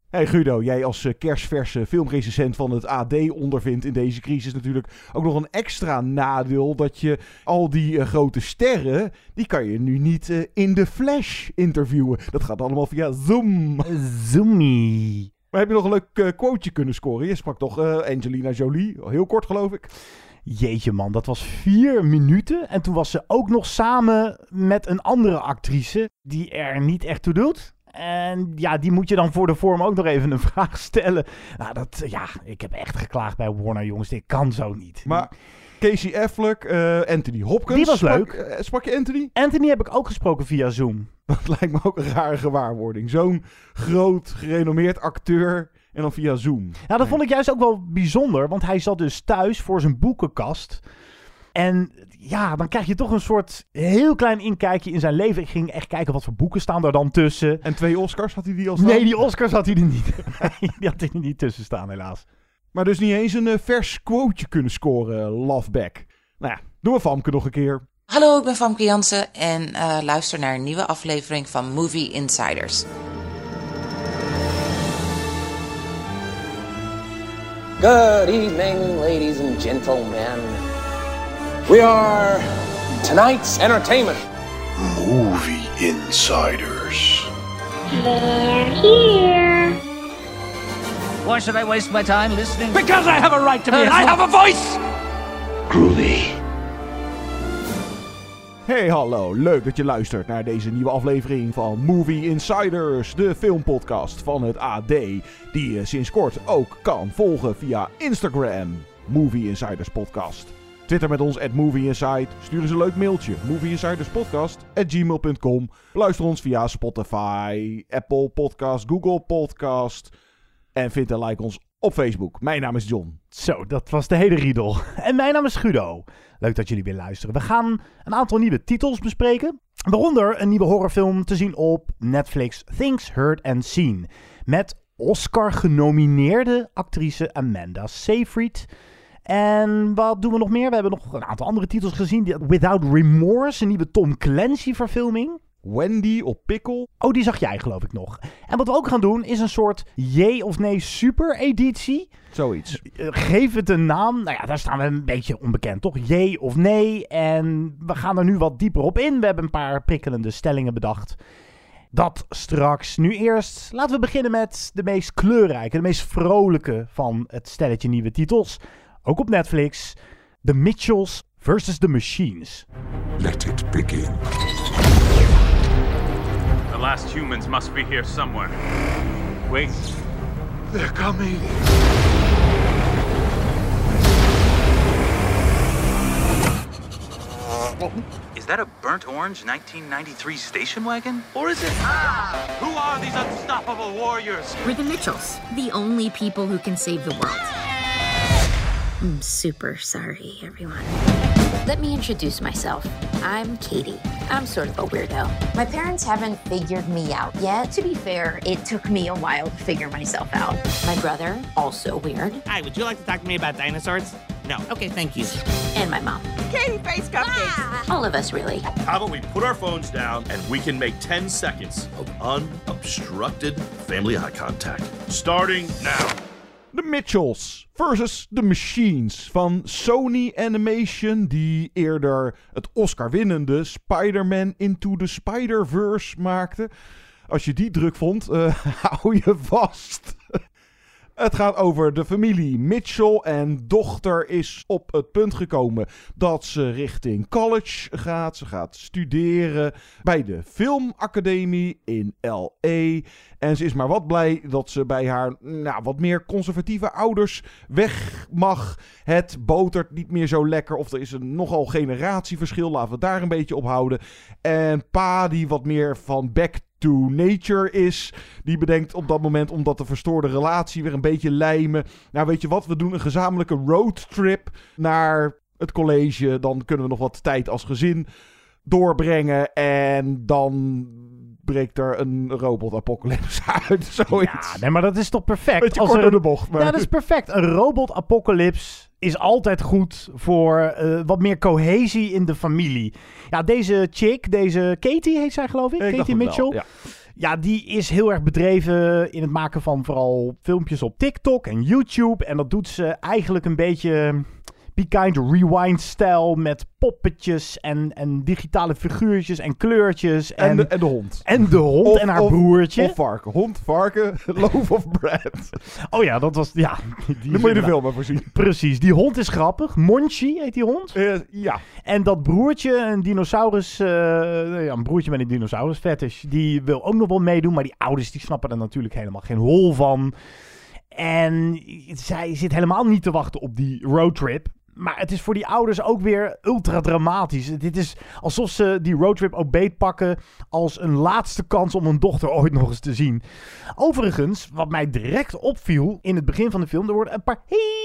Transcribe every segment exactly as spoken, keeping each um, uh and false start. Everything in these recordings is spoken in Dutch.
Hey Guido, jij als uh, kerstverse filmrecensent van het A D ondervindt in deze crisis natuurlijk ook nog een extra nadeel dat je al die uh, grote sterren, die kan je nu niet uh, in de flash interviewen. Dat gaat allemaal via Zoom. Zoomie. Maar heb je nog een leuk uh, quoteje kunnen scoren? Je sprak toch uh, Angelina Jolie, heel kort geloof ik. Jeetje man, dat was vier minuten. En toen was ze ook nog samen met een andere actrice die er niet echt toe doet. En ja, die moet je dan voor de vorm ook nog even een vraag stellen. Nou, dat, ja, ik heb echt geklaagd bij Warner, jongens. Dit kan zo niet. Maar Casey Affleck, uh, Anthony Hopkins. Die was sprak, leuk. Uh, sprak je Anthony? Anthony heb ik ook gesproken via Zoom. Dat lijkt me ook een rare gewaarwording. Zo'n groot, gerenommeerd acteur en dan via Zoom. Ja, dat nee. vond ik juist ook wel bijzonder. Want hij zat dus thuis voor zijn boekenkast. En ja, dan krijg je toch een soort heel klein inkijkje in zijn leven. Ik ging echt kijken wat voor boeken staan daar dan tussen. En twee Oscars, had hij die al staan? Nee, die Oscars had hij er niet. Die had hij er niet tussen staan, helaas. Maar dus niet eens een uh, vers quoteje kunnen scoren, Loveback. Nou ja, doen we Famke nog een keer. Hallo, ik ben Famke Jansen en uh, luister naar een nieuwe aflevering van Movie Insiders. Good evening, ladies and gentlemen. We are tonight's entertainment. Movie Insiders. They're here. Why should I waste my time listening? Because I have a right to be. I have a voice. Groovy. Hey, hallo. Leuk dat je luistert naar deze nieuwe aflevering van Movie Insiders, de filmpodcast van het A D, die je sinds kort ook kan volgen via Instagram, Movie Insiders Podcast. Twitter met ons at Movie Inside. Stuur eens een leuk mailtje. movieinsiderspodcast at gmail dot com. Luister ons via Spotify, Apple Podcast, Google Podcast. En vind en like ons op Facebook. Mijn naam is John. Zo, dat was de hele riedel. En mijn naam is Guido. Leuk dat jullie weer luisteren. We gaan een aantal nieuwe titels bespreken. Waaronder een nieuwe horrorfilm te zien op Netflix, Things Heard and Seen. Met Oscar-genomineerde actrice Amanda Seyfried. En wat doen we nog meer? We hebben nog een aantal andere titels gezien. Without Remorse, een nieuwe Tom Clancy-verfilming. Wendy op Pickle. Oh, die zag jij geloof ik nog. En wat we ook gaan doen is een soort jee of nee super editie. Zoiets. Uh, geef het een naam. Nou ja, daar staan we een beetje onbekend, toch? Jee of nee. En we gaan er nu wat dieper op in. We hebben een paar prikkelende stellingen bedacht. Dat straks. Nu eerst, laten we beginnen met de meest kleurrijke, de meest vrolijke van het stelletje nieuwe titels. Ook op Netflix. The Mitchells versus The Machines. Let it begin. The last humans must be here somewhere. Wait. They're coming. Is that a burnt orange nineteen ninety-three station wagon? Or is it... Ah! Who are these unstoppable warriors? We're the Mitchells, the only people who can save the world. I'm super sorry, everyone. Let me introduce myself. I'm Katie. I'm sort of a weirdo. My parents haven't figured me out yet. To be fair, it took me a while to figure myself out. My brother, also weird. Hi, would you like to talk to me about dinosaurs? No. Okay, thank you. And my mom. Katie face cupcakes. Ah! All of us, really. How about we put our phones down and we can make ten seconds of unobstructed family eye contact. Starting now. The Mitchells versus The Machines van Sony Animation, die eerder het Oscar-winnende Spider-Man Into the Spider-Verse maakte. Als je die druk vond, uh, hou je vast. Het gaat over de familie Mitchell en dochter is op het punt gekomen dat ze richting college gaat. Ze gaat studeren bij de filmacademie in L A. En ze is maar wat blij dat ze bij haar nou, wat meer conservatieve ouders weg mag. Het botert niet meer zo lekker of er is een nogal generatieverschil. Laten we het daar een beetje op houden. En pa die wat meer van back to nature is. Die bedenkt op dat moment om dat de verstoorde relatie weer een beetje lijmen. Nou weet je wat, we doen een gezamenlijke roadtrip naar het college. Dan kunnen we nog wat tijd als gezin doorbrengen. En dan breekt er een robotapocalypse uit. Zoiets. Ja, nee, maar dat is toch perfect. Beetje Als kort er, door de bocht. Maar... Ja, dat is perfect. Een robotapocalypse is altijd goed voor uh, wat meer cohesie in de familie. Ja, deze chick, deze Katie heet zij geloof ik. ik Katie Mitchell. Wel, ja. Ja, die is heel erg bedreven in het maken van vooral filmpjes op TikTok en YouTube. En dat doet ze eigenlijk een beetje Be Kind Rewind-stijl met poppetjes en, en digitale figuurtjes en kleurtjes. En, en, de, en de hond. En de hond of, en haar of, broertje. Of varken. Hond, varken, loaf of bread. Oh ja, dat was... Ja, die Dan moet je de film maar voorzien. Precies. Die hond is grappig. Monchi heet die hond. Uh, ja. En dat broertje, een dinosaurus... Uh, ja, een broertje met een dinosaurus fetish. Die wil ook nog wel meedoen. Maar die ouders die snappen er natuurlijk helemaal geen hol van. En zij zit helemaal niet te wachten op die roadtrip. Maar het is voor die ouders ook weer ultra dramatisch. Dit is alsof ze die roadtrip ook beetpakken als een laatste kans om hun dochter ooit nog eens te zien. Overigens, wat mij direct opviel in het begin van de film, er worden een paar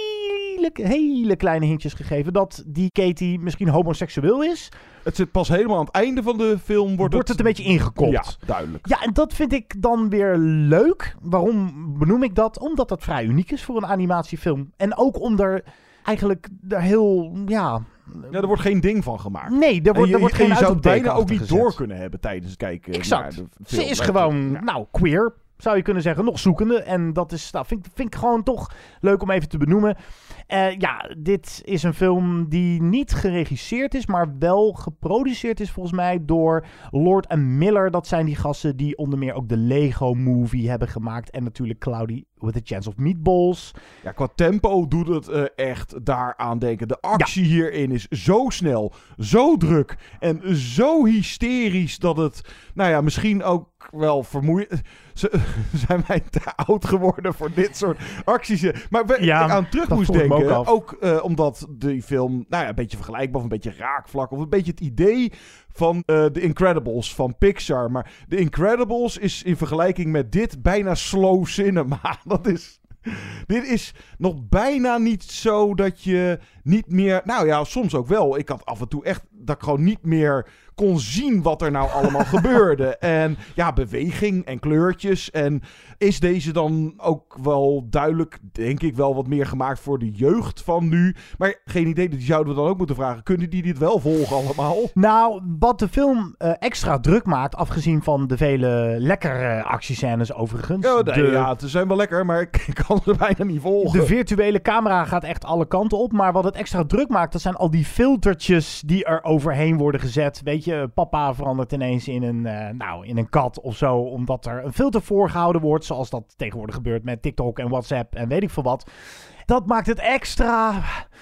hele, hele kleine hintjes gegeven dat die Katie misschien homoseksueel is. Het zit pas helemaal aan het einde van de film. Wordt, wordt het, het een beetje ingekopt. Ja, duidelijk. Ja, en dat vind ik dan weer leuk. Waarom benoem ik dat? Omdat dat vrij uniek is voor een animatiefilm. En ook om er... Eigenlijk daar heel, ja... Ja, er wordt geen ding van gemaakt. Nee, er wordt, je, er wordt en geen je zou het bijna ook niet gezet. door kunnen hebben tijdens het kijken exact. naar de film. Ze is gewoon, ja. nou, queer, zou je kunnen zeggen. Nog zoekende. En dat is, nou, vind, vind ik gewoon toch leuk om even te benoemen. Uh, ja, dit is een film die niet geregisseerd is, maar wel geproduceerd is volgens mij door Lord en Miller. Dat zijn die gasten die onder meer ook de Lego Movie hebben gemaakt. En natuurlijk Cloudy with a Chance of Meatballs. Ja, qua tempo doet het uh, echt daaraan denken. De actie ja. hierin is zo snel, zo druk en zo hysterisch dat het, nou ja, misschien ook wel vermoeiend... Zijn wij te oud geworden voor dit soort acties? Maar we, ja, ik aan terug moest denken, ook, ook uh, omdat die film, nou ja, een beetje vergelijkbaar of een beetje raakvlak, of een beetje het idee van uh, The Incredibles van Pixar. Maar The Incredibles is in vergelijking met dit bijna slow cinema. Dat is... Dit is nog bijna niet zo dat je niet meer... Nou ja, soms ook wel. Ik had af en toe echt dat ik gewoon niet meer kon zien wat er nou allemaal gebeurde. En ja, beweging en kleurtjes. En is deze dan ook wel duidelijk, denk ik, wel wat meer gemaakt voor de jeugd van nu. Maar geen idee, die zouden we dan ook moeten vragen. Kunnen die dit wel volgen allemaal? Nou, wat de film uh, extra druk maakt, afgezien van de vele lekkere actiescènes overigens. Ja, nee, de, ja, ze zijn wel lekker, maar ik kan ze bijna niet volgen. De virtuele camera gaat echt alle kanten op. Maar wat het extra druk maakt, dat zijn al die filtertjes die er overheen worden gezet. Weet je, papa verandert ineens in een, uh, nou, in een kat of zo, omdat er een filter voorgehouden wordt, zoals dat tegenwoordig gebeurt met TikTok en WhatsApp en weet ik veel wat. Dat maakt het extra...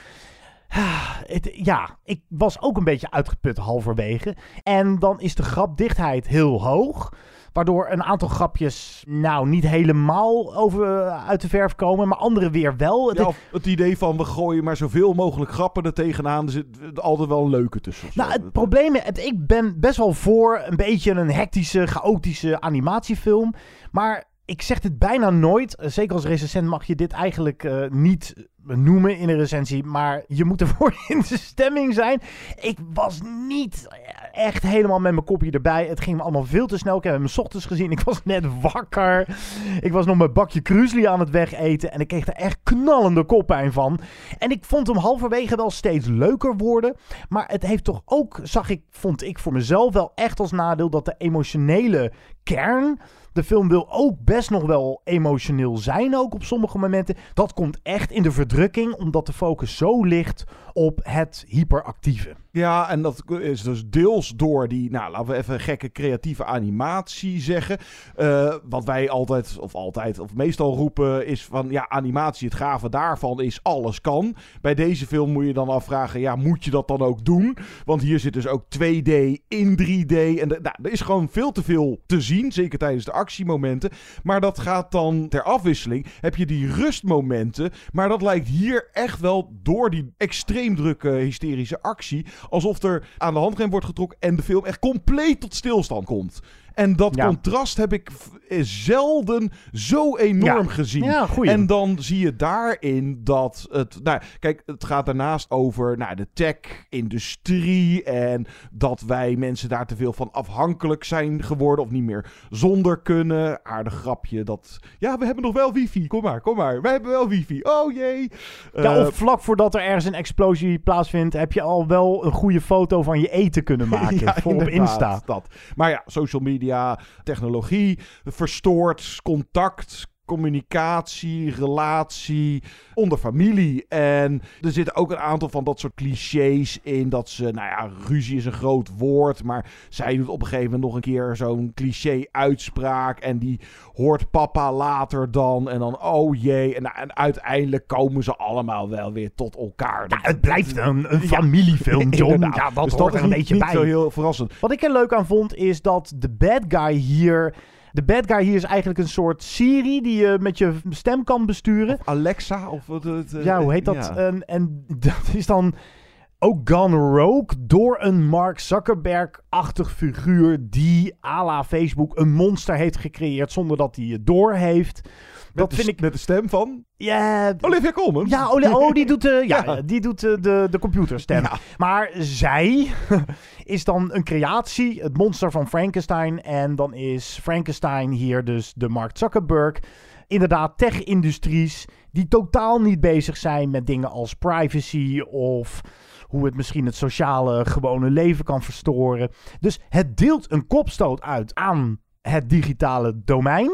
Het, ja, ik was ook een beetje uitgeput halverwege. En dan is de grapdichtheid heel hoog, waardoor een aantal grapjes nou niet helemaal over uit de verf komen, maar andere weer wel. Ja, het idee van we gooien maar zoveel mogelijk grappen er tegenaan. Er zit altijd wel een leuke tussen. Nou, het probleem is, ik ben best wel voor een beetje een hectische, chaotische animatiefilm. Maar ik zeg dit bijna nooit. Zeker als recensent mag je dit eigenlijk uh, niet noemen in een recensie. Maar je moet ervoor in de stemming zijn. Ik was niet echt helemaal met mijn kopje erbij. Het ging me allemaal veel te snel. Ik heb hem 's ochtends gezien. Ik was net wakker. Ik was nog mijn bakje krusli aan het wegeten. En ik kreeg er echt knallende koppijn van. En ik vond hem halverwege wel steeds leuker worden. Maar het heeft toch ook, zag ik, vond ik voor mezelf wel echt als nadeel dat de emotionele kern... De film wil ook best nog wel emotioneel zijn, ook op sommige momenten. Dat komt echt in de verdrukking, omdat de focus zo ligt op het hyperactieve. Ja, en dat is dus deels door die, nou, laten we even gekke creatieve animatie zeggen. Uh, wat wij altijd, of altijd, of meestal roepen is van, ja, animatie, het gave daarvan is alles kan. Bij deze film moet je dan afvragen, ja, moet je dat dan ook doen? Want hier zit dus ook twee D in drie D. En de, nou, er is gewoon veel te veel te zien, zeker tijdens de actiemomenten. Maar dat gaat dan ter afwisseling. Heb je die rustmomenten, maar dat lijkt hier echt wel door die extreem drukke hysterische actie, alsof er aan de handrem wordt getrokken en de film echt compleet tot stilstand komt. En dat ja. contrast heb ik zelden zo enorm ja. gezien. Ja, goeie. En dan zie je daarin dat het... Nou, kijk, het gaat daarnaast over nou, de tech-industrie en dat wij mensen daar te veel van afhankelijk zijn geworden of niet meer zonder kunnen. Aardig grapje dat... Ja, we hebben nog wel wifi. Kom maar, kom maar. Wij hebben wel wifi. Oh jee. Ja, uh, of vlak voordat er ergens een explosie plaatsvindt, heb je al wel een goede foto van je eten kunnen maken. Ja, voor op Insta. Dat. Maar ja, social media media, technologie verstoort contact, communicatie, relatie onder familie. En er zitten ook een aantal van dat soort clichés in. Dat ze, nou ja, ruzie is een groot woord. Maar zij doet op een gegeven moment nog een keer zo'n cliché-uitspraak. En die hoort papa later dan. En dan, oh jee. En, en uiteindelijk komen ze allemaal wel weer tot elkaar. Ja, het blijft een, een familiefilm, John. Ja, ja, dat dus hoort dat er een is beetje niet bij. Zo heel verrassend. Wat ik er leuk aan vond, is dat de bad guy hier... De bad guy hier is eigenlijk een soort Siri die je met je stem kan besturen. Of Alexa. Of wat het, uh, ja, hoe heet dat? Ja. En, en dat is dan ook gone rogue door een Mark Zuckerberg-achtig figuur die à la Facebook een monster heeft gecreëerd zonder dat hij het door heeft. Met Dat de, vind ik met de stem van Ja, Olivia Colman. Ja, Oli- oh, die doet, uh, ja, Ja. die doet uh, de, de computerstem. Ja. Maar zij is dan een creatie, het monster van Frankenstein. En dan is Frankenstein hier dus de Mark Zuckerberg. Inderdaad, tech-industries die totaal niet bezig zijn met dingen als privacy of hoe het misschien het sociale gewone leven kan verstoren. Dus het deelt een kopstoot uit aan het digitale domein.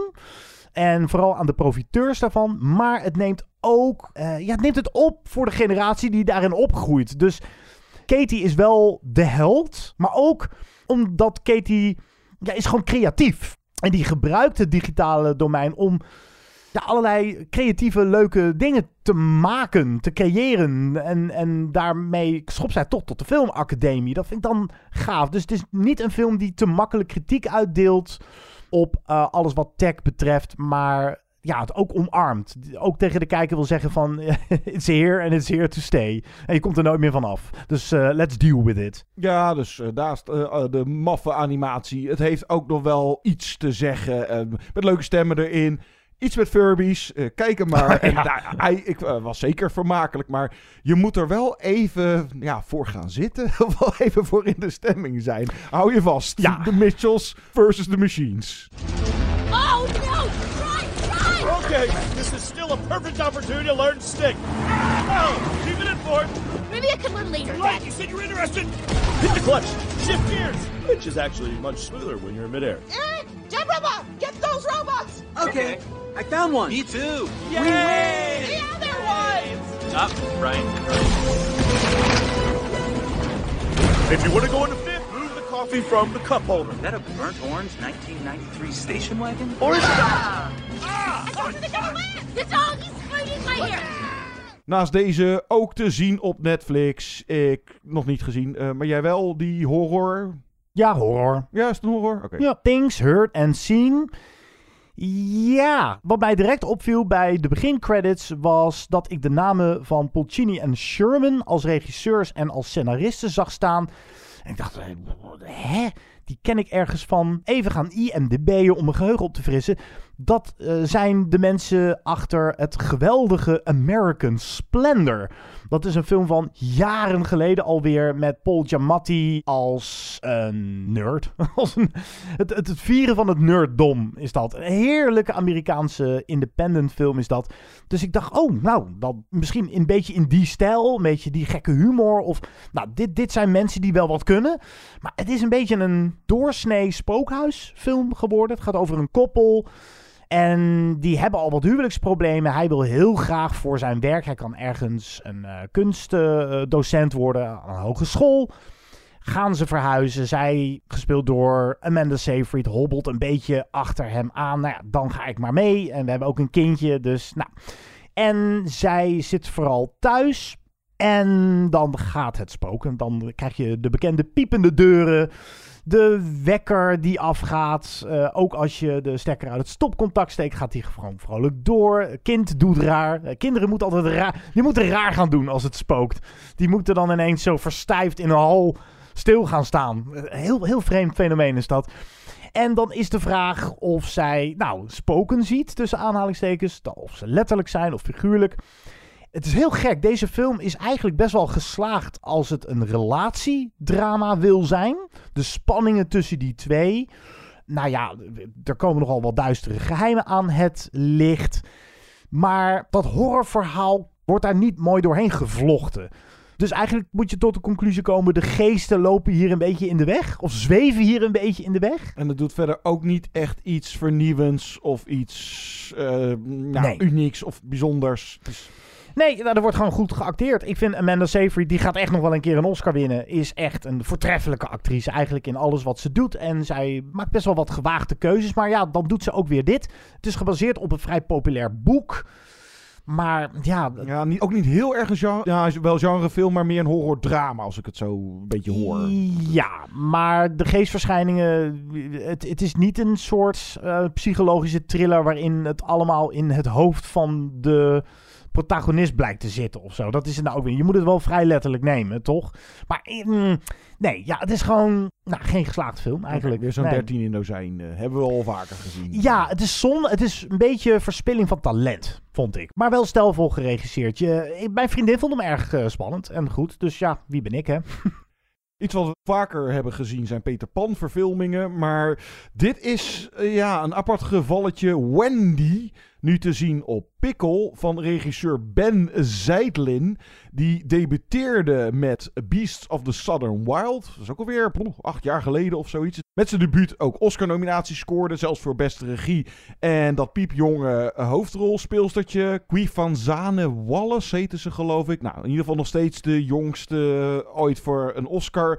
En vooral aan de profiteurs daarvan. Maar het neemt ook uh, ja, het neemt het op voor de generatie die daarin opgroeit. Dus Katie is wel de held. Maar ook omdat Katie ja, is gewoon creatief. En die gebruikt het digitale domein om ja, allerlei creatieve, leuke dingen te maken, te creëren. En, en daarmee schopt zij toch tot de filmacademie. Dat vind ik dan gaaf. Dus het is niet een film die te makkelijk kritiek uitdeelt op uh, alles wat tech betreft, maar ja, het ook omarmt. Ook tegen de kijker wil zeggen van it's here and it's here to stay. En je komt er nooit meer van af. Dus uh, let's deal with it. Ja, dus uh, naast uh, de maffe animatie, het heeft ook nog wel iets te zeggen. Uh, met leuke stemmen erin. Iets met Furbies, uh, kijk hem maar. En, Ja. nou, hij ik, uh, was zeker vermakelijk, maar je moet er wel even ja, voor gaan zitten. Of wel even voor in de stemming zijn. Hou je vast. Ja. The Mitchells versus the Machines. Oh, no! Try, try! Okay, this is still a perfect opportunity to learn stick. Oh, keep it in forward. Maybe I can learn later. Right, you said you were interested. Hit the clutch, shift gears, which is actually much smoother when you're in midair. Eric! Jump robot! Get those robots! Okay, I found one. Me too. Yay! We win! The other ones! Up, right, right. If you want to go in the fifth, move the coffee from the cup holder. Is that a burnt orange nineteen ninety-three station wagon? Or is it? I told you they're gonna win! The dog is fighting right here! Naast deze ook te zien op Netflix. Ik nog niet gezien, uh, maar jij wel, die horror. Ja, horror. Ja, is het een horror? Oké. Ja, Things Heard and Seen. Ja, wat mij direct opviel bij de begincredits was dat ik de namen van Pulcini en Sherman als regisseurs en als scenaristen zag staan. En ik dacht, hè? Die ken ik ergens van. Even gaan I M D B'en om mijn geheugen op te frissen. Dat uh, zijn de mensen achter het geweldige American Splendor. Dat is een film van jaren geleden alweer met Paul Giamatti als een nerd. als een, het, het, het vieren van het nerddom is dat. Een heerlijke Amerikaanse independent film is dat. Dus ik dacht, oh, nou, dan misschien een beetje in die stijl. Een beetje die gekke humor. Of, nou, dit, dit zijn mensen die wel wat kunnen. Maar het is een beetje een doorsnee spookhuisfilm geworden. Het gaat over een koppel. En die hebben al wat huwelijksproblemen. Hij wil heel graag voor zijn werk. Hij kan ergens een uh, kunstdocent uh, worden aan een hogeschool. Gaan ze verhuizen. Zij, gespeeld door Amanda Seyfried, hobbelt een beetje achter hem aan. Nou ja, dan ga ik maar mee. En we hebben ook een kindje. Dus, nou. En zij zit vooral thuis. En dan gaat het spoken. Dan krijg je de bekende piepende deuren. De wekker die afgaat. Uh, ook als je de stekker uit het stopcontact steekt, gaat die gewoon vrolijk door. Kind doet raar. Uh, kinderen moeten altijd raar. Die moeten raar gaan doen als het spookt. Die moeten dan ineens zo verstijfd in een hal stil gaan staan. Uh, heel, heel vreemd fenomeen is dat. En dan is de vraag of zij, nou, spoken ziet, tussen aanhalingstekens. Of ze letterlijk zijn of figuurlijk. Het is heel gek. Deze film is eigenlijk best wel geslaagd als het een relatiedrama wil zijn. De spanningen tussen die twee. Nou ja, er komen nogal wat duistere geheimen aan het licht. Maar dat horrorverhaal wordt daar niet mooi doorheen gevlochten. Dus eigenlijk moet je tot de conclusie komen, de geesten lopen hier een beetje in de weg. Of zweven hier een beetje in de weg. En dat doet verder ook niet echt iets vernieuwends of iets uh, nou, nee. unieks of bijzonders. Dus... Nee, nou, er wordt gewoon goed geacteerd. Ik vind Amanda Seyfried, die gaat echt nog wel een keer een Oscar winnen. Is echt een voortreffelijke actrice eigenlijk in alles wat ze doet. En zij maakt best wel wat gewaagde keuzes. Maar ja, dan doet ze ook weer dit. Het is gebaseerd op een vrij populair boek. Maar ja... ja niet, ook niet heel erg een genre... Ja, wel genrefilm, maar meer een horror-drama als ik het zo een beetje hoor. Ja, maar de geestverschijningen... Het, het is niet een soort uh, psychologische thriller waarin het allemaal in het hoofd van de... protagonist blijkt te zitten of zo. Dat is het nou ook weer. Je moet het wel vrij letterlijk nemen, toch? Maar mm, nee, ja, het is gewoon nou, geen geslaagd film eigenlijk. Weer zo'n nee. dertien in dozijn uh, hebben we al vaker gezien. Ja, het is zonde. Het is een beetje verspilling van talent, vond ik. Maar wel stijlvol geregisseerd. Je, ik, mijn vriendin vond hem erg uh, spannend en goed. Dus ja, wie ben ik, hè? Iets wat we vaker hebben gezien zijn Peter Pan verfilmingen. Maar dit is uh, ja, een apart gevalletje. Wendy, nu te zien op Pickle van regisseur Ben Zeitlin. Die debuteerde met Beasts of the Southern Wild. Dat is ook alweer ploh, acht jaar geleden of zoiets. Met zijn debuut ook Oscar-nominaties scoorde. Zelfs voor beste regie. En dat piepjonge hoofdrolspeelstertje. Qui van Zane Wallace heette ze, geloof ik. Nou, in ieder geval nog steeds de jongste ooit voor een Oscar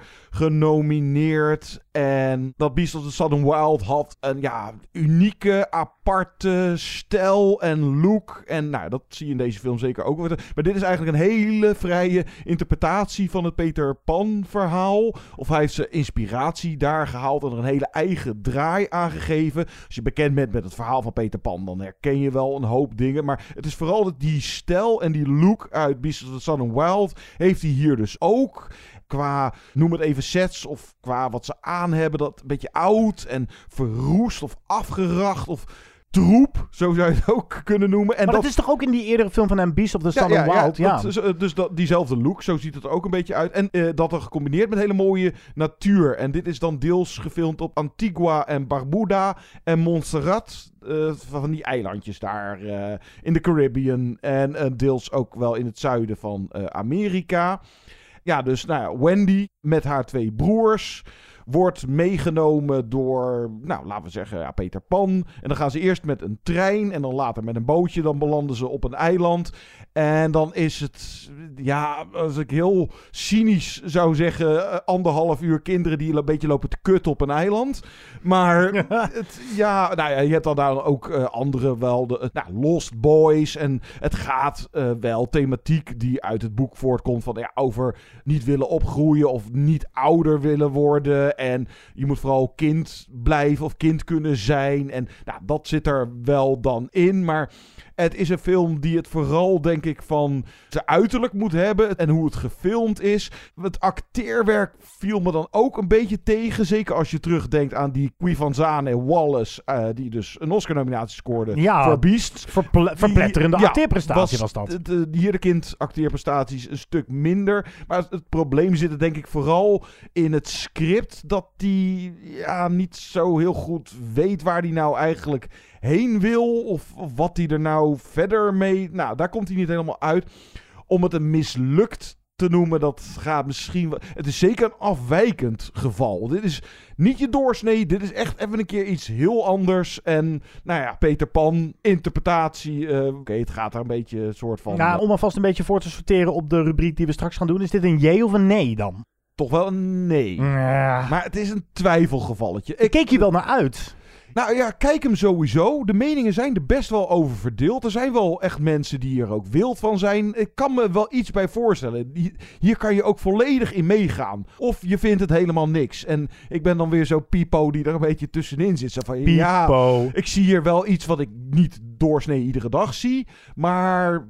genomineerd. En dat Beasts of the Southern Wild had een ja, unieke, aparte stijl en look. En nou, dat zie je in deze film zeker ook. Maar dit is eigenlijk een hele vrije interpretatie van het Peter Pan verhaal. Of hij heeft zijn inspiratie daar gehaald en er een hele eigen draai aangegeven. Als je bekend bent met het verhaal van Peter Pan, dan herken je wel een hoop dingen. Maar het is vooral dat die stijl en die look uit Beasts of the Southern Wild heeft hij hier dus ook. Qua, noem het even sets of qua wat ze aan hebben, dat een beetje oud en verroest of afgeracht of... troep, zo zou je het ook kunnen noemen. En maar dat, dat is toch ook in die eerdere film van hem, Beast of the Southern ja, ja, Wild? Ja, ja. Dat, dus dat, diezelfde look, zo ziet het er ook een beetje uit. En uh, dat er gecombineerd met hele mooie natuur. En dit is dan deels gefilmd op Antigua en Barbuda en Montserrat. Uh, van die eilandjes daar uh, in de Caribbean. En uh, deels ook wel in het zuiden van uh, Amerika. Ja, dus nou ja, Wendy met haar twee broers... wordt meegenomen door, nou, laten we zeggen, ja, Peter Pan. En dan gaan ze eerst met een trein en dan later met een bootje. Dan belanden ze op een eiland. En dan is het, ja, als ik heel cynisch zou zeggen... anderhalf uur kinderen die een beetje lopen te kutten op een eiland. Maar, het, ja, nou ja, je hebt dan daar ook uh, andere wel, de, nou, Lost Boys. En het gaat uh, wel thematiek die uit het boek voortkomt van, ja, over niet willen opgroeien of niet ouder willen worden... En je moet vooral kind blijven of kind kunnen zijn. En nou, dat zit er wel dan in. Maar het is een film die het vooral, denk ik, van zijn uiterlijk moet hebben. En hoe het gefilmd is. Het acteerwerk viel me dan ook een beetje tegen. Zeker als je terugdenkt aan die Qui van Zane Wallace. Uh, die dus een Oscar-nominatie scoorde ja, voor Beasts. Verple- verpletterende die, acteerprestatie ja, was, was dat. De, de, hier de kind acteerprestaties een stuk minder. Maar het, het probleem zit er denk ik vooral in het script. Dat die ja, niet zo heel goed weet waar hij nou eigenlijk heen wil. Of, of wat hij er nou verder mee... Nou, daar komt hij niet helemaal uit. Om het een mislukt te noemen, dat gaat misschien... Het is zeker een afwijkend geval. Dit is niet je doorsnee. Dit is echt even een keer iets heel anders. En, nou ja, Peter Pan, interpretatie. Uh, Oké, okay, het gaat daar een beetje een soort van... Ja, om alvast een beetje voor te sorteren op de rubriek die we straks gaan doen. Is dit een jee of een nee dan? Toch wel een nee. Ja. Maar het is een twijfelgevalletje. Ik keek je wel naar uit. Nou ja, kijk hem sowieso. De meningen zijn er best wel over verdeeld. Er zijn wel echt mensen die er ook wild van zijn. Ik kan me wel iets bij voorstellen. Hier kan je ook volledig in meegaan. Of je vindt het helemaal niks. En ik ben dan weer zo Pipo die er een beetje tussenin zit. Zo van, Pipo. Ja, ik zie hier wel iets wat ik niet doorsnee iedere dag zie. Maar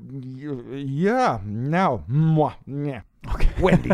ja, nou, mwah, yeah. Okay. Wendy.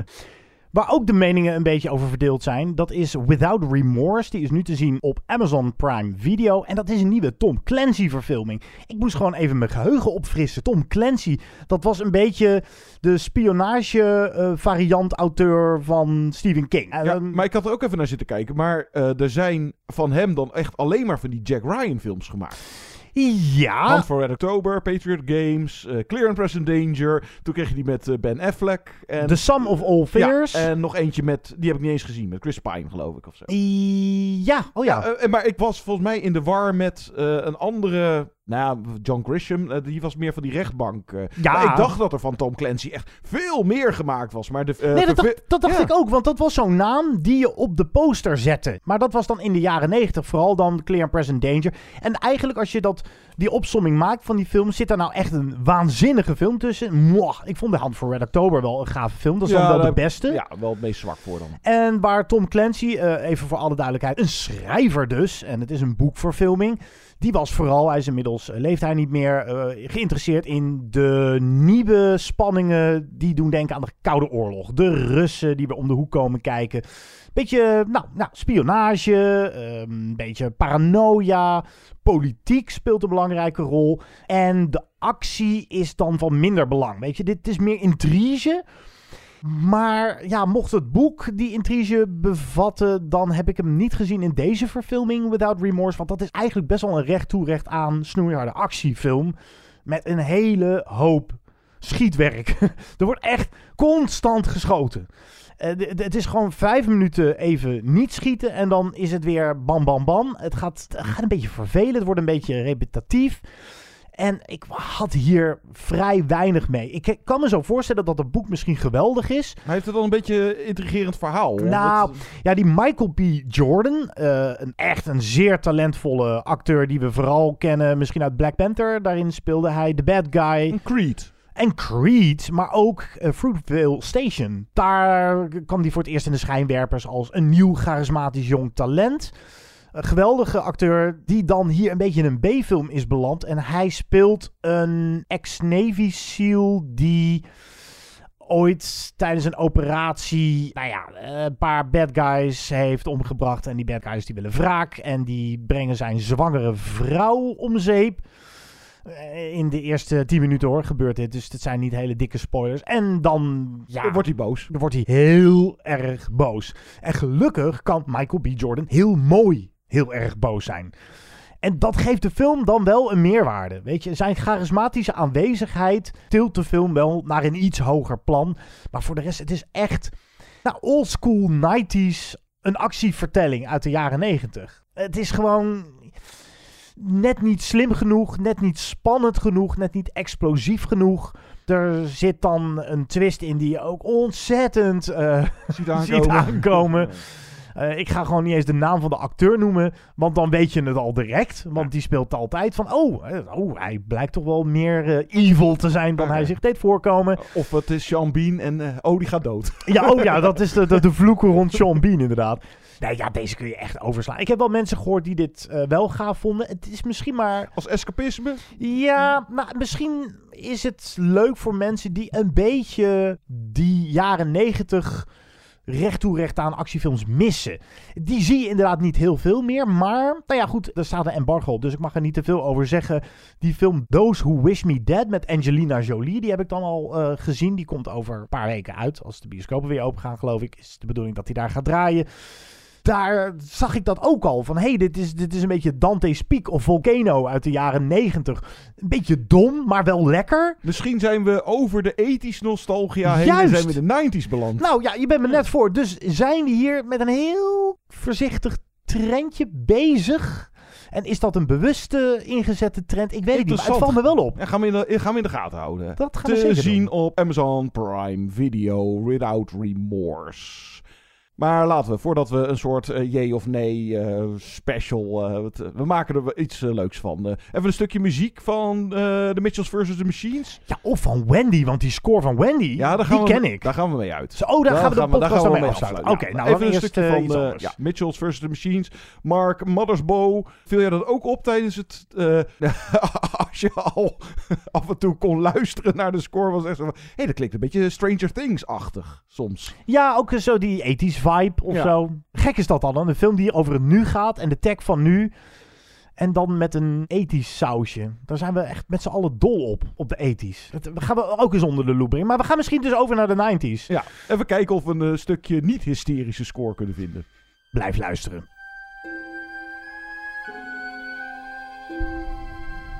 Waar ook de meningen een beetje over verdeeld zijn, dat is Without Remorse. Die is nu te zien op Amazon Prime Video. En dat is een nieuwe Tom Clancy verfilming. Ik moest gewoon even mijn geheugen opfrissen. Tom Clancy, dat was een beetje de spionage uh, variant auteur van Stephen King. Ja, uh, maar ik had er ook even naar zitten kijken. Maar uh, er zijn van hem dan echt alleen maar van die Jack Ryan films gemaakt. Ja. Hunt for Red October, Patriot Games, uh, Clear and Present Danger. Toen kreeg je die met uh, Ben Affleck. En, The Sum of All Fears. Ja, en nog eentje met, die heb ik niet eens gezien, met Chris Pine geloof ik of zo. Ja, oh ja. ja uh, maar ik was volgens mij in de war met uh, een andere... Nou ja, John Grisham, uh, die was meer van die rechtbank. Uh, ja. Ik dacht dat er van Tom Clancy echt veel meer gemaakt was. Maar de, uh, nee, dat verve- dacht, dat dacht ja. ik ook, want dat was zo'n naam die je op de poster zette. Maar dat was dan in de jaren negentig, vooral dan Clear and Present Danger. En eigenlijk als je dat, die opsomming maakt van die film, zit daar nou echt een waanzinnige film tussen. Mwah, ik vond The Hunt for Red October wel een gave film. Dat is ja, dan wel de beste. Ja, wel het meest zwak voor dan. En waar Tom Clancy, uh, even voor alle duidelijkheid, een schrijver dus, en het is een boekverfilming. Die was vooral, hij is inmiddels, uh, leeft hij niet meer, uh, geïnteresseerd in de nieuwe spanningen die doen denken aan de Koude Oorlog. De Russen die weer om de hoek komen kijken. Beetje, nou, nou spionage, een um, beetje paranoia, politiek speelt een belangrijke rol. En de actie is dan van minder belang. Weet je, dit is meer intrige. Maar ja, mocht het boek die intrige bevatten, dan heb ik hem niet gezien in deze verfilming Without Remorse. Want dat is eigenlijk best wel een recht toe recht aan snoeiharde actiefilm. Met een hele hoop schietwerk. Er wordt echt constant geschoten. Uh, d- d- het is gewoon vijf minuten even niet schieten en dan is het weer bam bam bam. Het gaat, het gaat een beetje vervelen, het wordt een beetje repetitief. En ik had hier vrij weinig mee. Ik kan me zo voorstellen dat het boek misschien geweldig is. Maar heeft het dan een beetje een intrigerend verhaal? Nou, Wat... ja, die Michael B. Jordan. Uh, een, echt een zeer talentvolle acteur die we vooral kennen. Misschien uit Black Panther. Daarin speelde hij de bad guy. En Creed. En Creed, maar ook uh, Fruitvale Station. Daar kwam hij voor het eerst in de schijnwerpers als een nieuw charismatisch jong talent. Een geweldige acteur die dan hier een beetje in een B-film is beland. En hij speelt een ex-Navy SEAL die ooit tijdens een operatie, nou ja, een paar bad guys heeft omgebracht. En die bad guys die willen wraak. En die brengen zijn zwangere vrouw om zeep. In de eerste tien minuten hoor, gebeurt dit. Dus het zijn niet hele dikke spoilers. En dan, ja... Dan wordt hij boos. Dan wordt hij heel erg boos. En gelukkig kan Michael B. Jordan heel mooi heel erg boos zijn. En dat geeft de film dan wel een meerwaarde. Weet je, zijn charismatische aanwezigheid tilt de film wel naar een iets hoger plan. Maar voor de rest, het is echt... Nou, oldschool nineties, een actievertelling uit de jaren negentig. Het is gewoon... net niet slim genoeg, net niet spannend genoeg, net niet explosief genoeg. Er zit dan een twist in die je ook ontzettend uh, ziet aankomen. Ziet aankomen. Uh, ik ga gewoon niet eens de naam van de acteur noemen, want dan weet je het al direct. Want ja. die speelt altijd van, oh, oh, hij blijkt toch wel meer uh, evil te zijn dan okay. hij zich deed voorkomen. Of het is Sean Bean en, uh, oh, die gaat dood. Ja, oh ja, dat is de, de, de vloeken rond Sean Bean inderdaad. Nee, ja, deze kun je echt overslaan. Ik heb wel mensen gehoord die dit uh, wel gaaf vonden. Het is misschien maar... Als escapisme? Ja, nou, misschien is het leuk voor mensen die een beetje die jaren negentig recht toe recht aan actiefilms missen. Die zie je inderdaad niet heel veel meer, maar nou ja goed, er staat een embargo op, dus ik mag er niet te veel over zeggen. Die film Those Who Wish Me Dead met Angelina Jolie, die heb ik dan al uh, gezien. Die komt over een paar weken uit, als de bioscopen weer open gaan, geloof ik. Is de bedoeling dat hij daar gaat draaien. Daar zag ik dat ook al. Van, hé, hey, dit is, dit is een beetje Dante's Peak of Volcano uit de jaren negentig. Een beetje dom, maar wel lekker. Misschien zijn we over de ethisch nostalgia heen Juist. en zijn we in de negentig beland. Nou ja, je bent me net voor. Dus zijn we hier met een heel voorzichtig trendje bezig. En is dat een bewuste ingezette trend? Ik weet het niet, maar het valt me wel op. Ja, gaan, we in de, gaan we in de gaten houden. Dat gaan we Te zeker zien doen. op Amazon Prime Video Without Remorse. Maar laten we, voordat we een soort uh, jee of nee uh, special... Uh, wat, uh, we maken er iets uh, leuks van. Uh, even een stukje muziek van uh, The Mitchells versus. The Machines. Ja, of van Wendy, want die score van Wendy, ja, daar gaan die we, ken ik. Daar gaan we mee uit. Zo, oh, daar, daar gaan we de podcast gaan we, mee mee afsluiten. afsluiten. Oké, Ja, nou, even dan een eerst stukje uh, van uh, ja, Mitchells versus. The Machines. Mark Mothersbaugh. Viel jij dat ook op tijdens het... Uh, als je al af en toe kon luisteren naar de score, was echt zo van... Hé, hey, dat klinkt een beetje Stranger Things-achtig, soms. Ja, ook zo die ethisch vibe of ja. zo. Gek is dat dan, een film die over het nu gaat en de tech van nu. En dan met een ethisch sausje. Daar zijn we echt met z'n allen dol op, op de ethisch. Dat gaan we ook eens onder de loep brengen. Maar we gaan misschien dus over naar de negenties. Ja, even kijken of we een uh, stukje niet-hysterische score kunnen vinden. Blijf luisteren.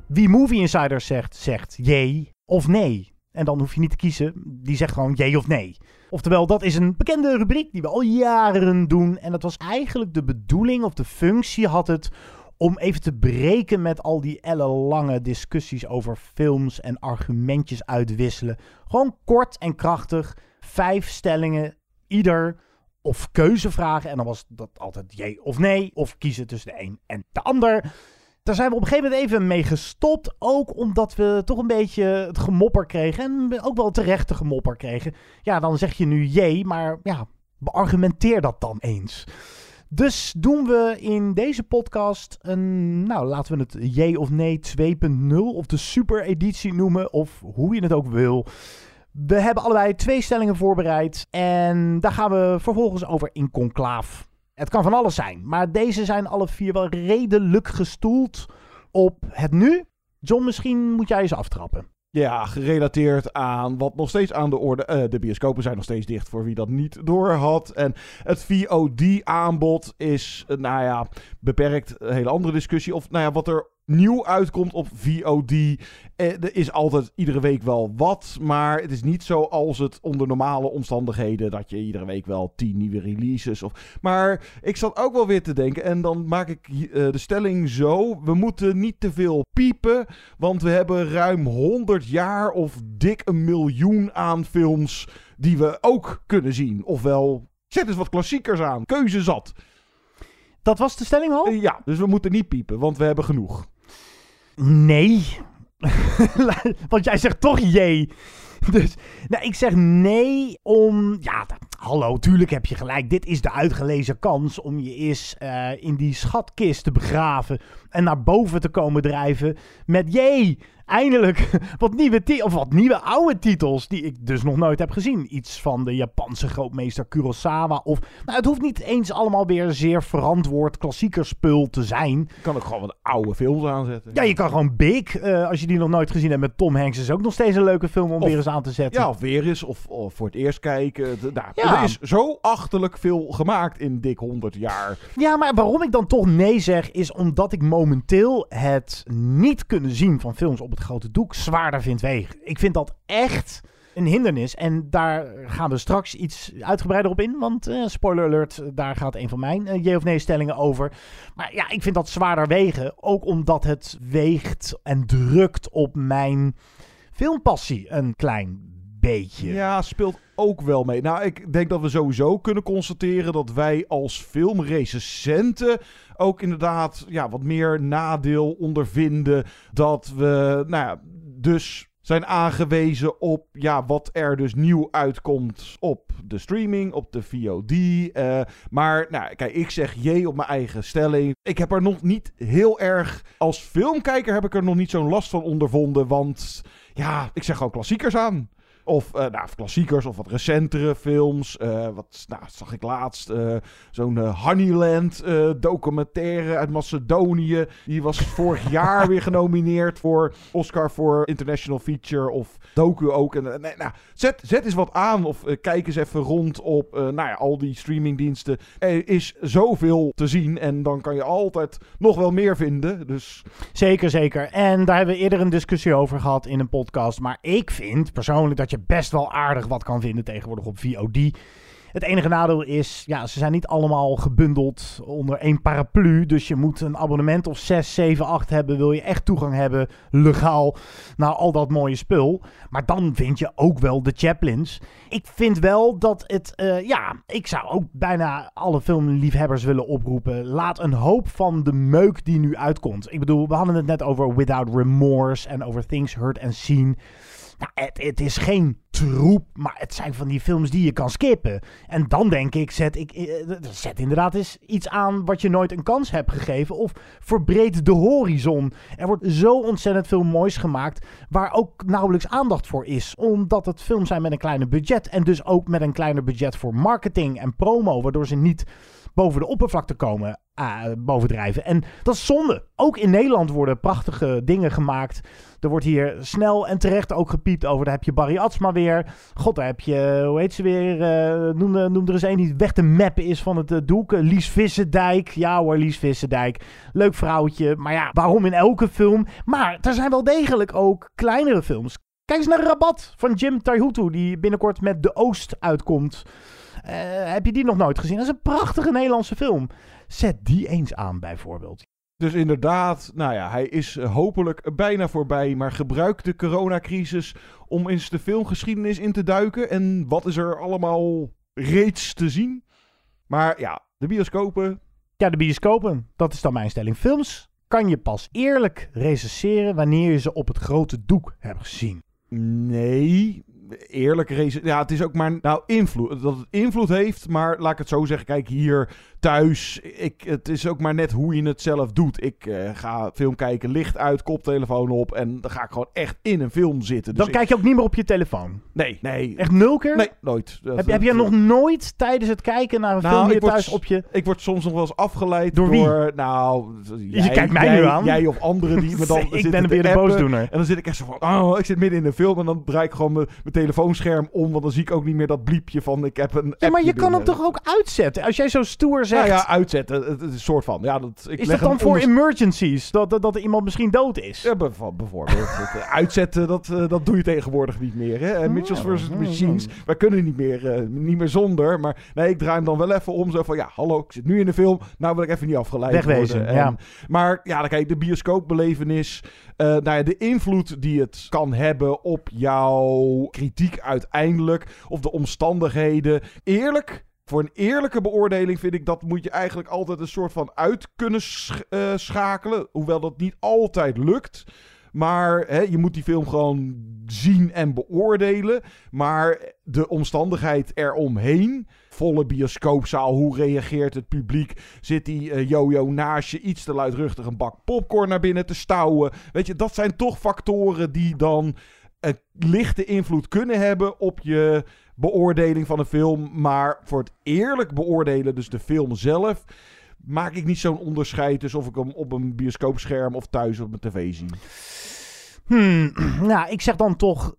Wie Movie Insiders zegt, zegt jee of nee. En dan hoef je niet te kiezen. Die zegt gewoon jee of nee. Oftewel, dat is een bekende rubriek die we al jaren doen. En dat was eigenlijk de bedoeling, of de functie had het, om even te breken met al die ellenlange discussies over films en argumentjes uitwisselen. Gewoon kort en krachtig. Vijf stellingen, ieder, of keuzevragen. En dan was dat altijd jee of nee. Of kiezen tussen de een en de ander. Daar zijn we op een gegeven moment even mee gestopt. Ook omdat we toch een beetje het gemopper kregen. En ook wel het terechte gemopper kregen. Ja, dan zeg je nu jee, maar ja, beargumenteer dat dan eens. Dus doen we in deze podcast een, nou laten we het jee of nee twee punt nul of de super editie noemen. Of hoe je het ook wil. We hebben allebei twee stellingen voorbereid. En daar gaan we vervolgens over in conclaaf. Het kan van alles zijn, maar deze zijn alle vier wel redelijk gestoeld op het nu. John, misschien moet jij eens aftrappen. Ja, gerelateerd aan wat nog steeds aan de orde... Uh, de bioscopen zijn nog steeds dicht voor wie dat niet door had. En het V O D-aanbod is, uh, nou ja, beperkt. Een hele andere discussie. Of, nou ja, wat er nieuw uitkomt op V O D. Eh, er is altijd iedere week wel wat. Maar het is niet zo als het onder normale omstandigheden... dat je iedere week wel tien nieuwe releases... Of, maar ik zat ook wel weer te denken... en dan maak ik uh, de stelling zo... we moeten niet te veel piepen... want we hebben ruim honderd jaar... of dik een miljoen aan films... die we ook kunnen zien. Ofwel, zet eens wat klassiekers aan. Keuze zat. Dat was de stelling al? Uh, ja, dus we moeten niet piepen... want we hebben genoeg. Nee. Want jij zegt toch jee. Dus nou, ik zeg nee om... Ja, d- hallo, tuurlijk heb je gelijk. Dit is de uitgelezen kans om je eens uh, in die schatkist te begraven... en naar boven te komen drijven met jee. Eindelijk wat nieuwe, ti- of wat nieuwe oude titels die ik dus nog nooit heb gezien. Iets van de Japanse grootmeester Kurosawa. Of, nou, het hoeft niet eens allemaal weer zeer verantwoord klassiekerspul te zijn. Je kan ook gewoon wat oude films aanzetten. Ja, je kan gewoon Big, uh, als je die nog nooit gezien hebt met Tom Hanks, is ook nog steeds een leuke film om of, weer eens aan te zetten. Ja, of weer eens, of, of voor het eerst kijken. De, nou, Ja. Er is zo achterlijk veel gemaakt in dik honderd jaar. Ja, maar waarom ik dan toch nee zeg, is omdat ik momenteel het niet kunnen zien van films op het grote doek zwaarder vind wegen. Ik vind dat echt een hindernis. En daar gaan we straks iets uitgebreider op in. Want, uh, spoiler alert, daar gaat een van mijn uh, jee of nee stellingen over. Maar ja, ik vind dat zwaarder wegen. Ook omdat het weegt en drukt op mijn filmpassie een klein beetje. Ja, speelt ook wel mee. Nou, ik denk dat we sowieso kunnen constateren dat wij als filmrecensenten ook inderdaad ja, wat meer nadeel ondervinden. Dat we, nou ja, dus zijn aangewezen op ja, wat er dus nieuw uitkomt op de streaming, op de V O D. Uh, maar nou, kijk, ik zeg jee op mijn eigen stelling. Ik heb er nog niet heel erg, als filmkijker heb ik er nog niet zo'n last van ondervonden. Want ja, ik zeg gewoon klassiekers aan. Of uh, nou, klassiekers of wat recentere films. Uh, wat nou, zag ik laatst? Uh, zo'n uh, Honeyland uh, documentaire uit Macedonië. Die was vorig jaar weer genomineerd voor Oscar voor International Feature of docu ook. En, uh, nee, nou, zet, zet eens wat aan of uh, kijk eens even rond op uh, nou ja, al die streamingdiensten. Er is zoveel te zien en dan kan je altijd nog wel meer vinden. Dus... Zeker, zeker. En daar hebben we eerder een discussie over gehad in een podcast. Maar ik vind persoonlijk dat je best wel aardig wat kan vinden tegenwoordig op V O D. Het enige nadeel is, ja, ze zijn niet allemaal gebundeld onder één paraplu. Dus je moet een abonnement of zes, zeven, acht hebben. Wil je echt toegang hebben, legaal, naar al dat mooie spul. Maar dan vind je ook wel de Chaplins. Ik vind wel dat het, uh, ja, ik zou ook bijna alle filmliefhebbers willen oproepen. Laat een hoop van de meuk die nu uitkomt. Ik bedoel, we hadden het net over Without Remorse en over Things Heard and Seen. Nou, het, het is geen troep, maar het zijn van die films die je kan skippen. En dan denk ik, zet, ik, zet inderdaad eens iets aan wat je nooit een kans hebt gegeven. Of verbreed de horizon. Er wordt zo ontzettend veel moois gemaakt, waar ook nauwelijks aandacht voor is. Omdat het films zijn met een kleiner budget. En dus ook met een kleiner budget voor marketing en promo, waardoor ze niet boven de oppervlakte komen. uh, bovendrijven. En dat is zonde. Ook in Nederland worden prachtige dingen gemaakt. Er wordt hier snel en terecht ook gepiept over. Daar heb je Barry Atsma weer. God, daar heb je, hoe heet ze weer? Uh, noem, noem er eens een die weg te mappen is van het uh, doek. Uh, Lies Visserdijk. Ja hoor, Lies Visserdijk. Leuk vrouwtje. Maar ja, waarom in elke film? Maar er zijn wel degelijk ook kleinere films. Kijk eens naar Rabat van Jim Taihutu, die binnenkort met De Oost uitkomt. Uh, heb je die nog nooit gezien? Dat is een prachtige Nederlandse film. Zet die eens aan, bijvoorbeeld. Dus inderdaad, nou ja, hij is uh, hopelijk bijna voorbij. Maar gebruik de coronacrisis om eens de filmgeschiedenis in te duiken. En wat is er allemaal reeds te zien? Maar ja, de bioscopen. Ja, de bioscopen. Dat is dan mijn stelling. Films kan je pas eerlijk recenseren wanneer je ze op het grote doek hebt gezien. Nee, eerlijk recenseren. Ja, het is ook maar nou invloed. Dat het invloed heeft, maar laat ik het zo zeggen. Kijk, hier thuis, ik, het is ook maar net hoe je het zelf doet. Ik uh, ga film kijken, licht uit, koptelefoon op en dan ga ik gewoon echt in een film zitten. Dus dan ik... kijk je ook niet meer op je telefoon? Nee, nee. Echt nul keer? Nee, nooit. Heb, heb jij nog nooit tijdens het kijken naar een nou, film hier word, thuis op je... Ik word soms nog wel eens afgeleid door... door wie? nou... Jij, je kijkt mij jij, nu aan. Jij of anderen die me dan ik ben weer de boosdoener. En dan zit ik echt zo van, oh, ik zit midden in een film en dan draai ik gewoon mijn telefoonscherm om, want dan zie ik ook niet meer dat bliepje van ik heb een Ja, maar je kan binnen. hem toch ook uitzetten? Als jij zo stoer zegt... Nou ja, uitzetten. Het is een soort van... Ja, dat, ik is leg dat dan voor onder... emergencies? Dat, dat, dat er iemand misschien dood is? Ja, bijvoorbeeld. het uitzetten, dat, dat doe je tegenwoordig niet meer. Hè? Oh, Mitchells versus. Machines. Oh. Wij kunnen niet meer, uh, niet meer zonder. Maar nee, ik draai hem dan wel even om. Zo van, ja, hallo, ik zit nu in de film. Nou wil ik even niet afgeleid Wegwezen, worden. ja. En, maar ja, dan kijk, de bioscoopbelevenis. Uh, nou ja, de invloed die het kan hebben op jouw kritiek uiteindelijk. Of de omstandigheden. Eerlijk... Voor een eerlijke beoordeling vind ik dat moet je eigenlijk altijd een soort van uit kunnen sch- uh, schakelen. Hoewel dat niet altijd lukt. Maar hè, je moet die film gewoon zien en beoordelen. Maar de omstandigheid eromheen. Volle bioscoopzaal, hoe reageert het publiek? Zit die uh, jojo naast je iets te luidruchtig een bak popcorn naar binnen te stouwen? Weet je, dat zijn toch factoren die dan een lichte invloed kunnen hebben op je beoordeling van een film. Maar voor het eerlijk beoordelen, dus de film zelf, maak ik niet zo'n onderscheid tussen of ik hem op een bioscoopscherm of thuis op mijn tv zie. Hmm, nou, ik zeg dan toch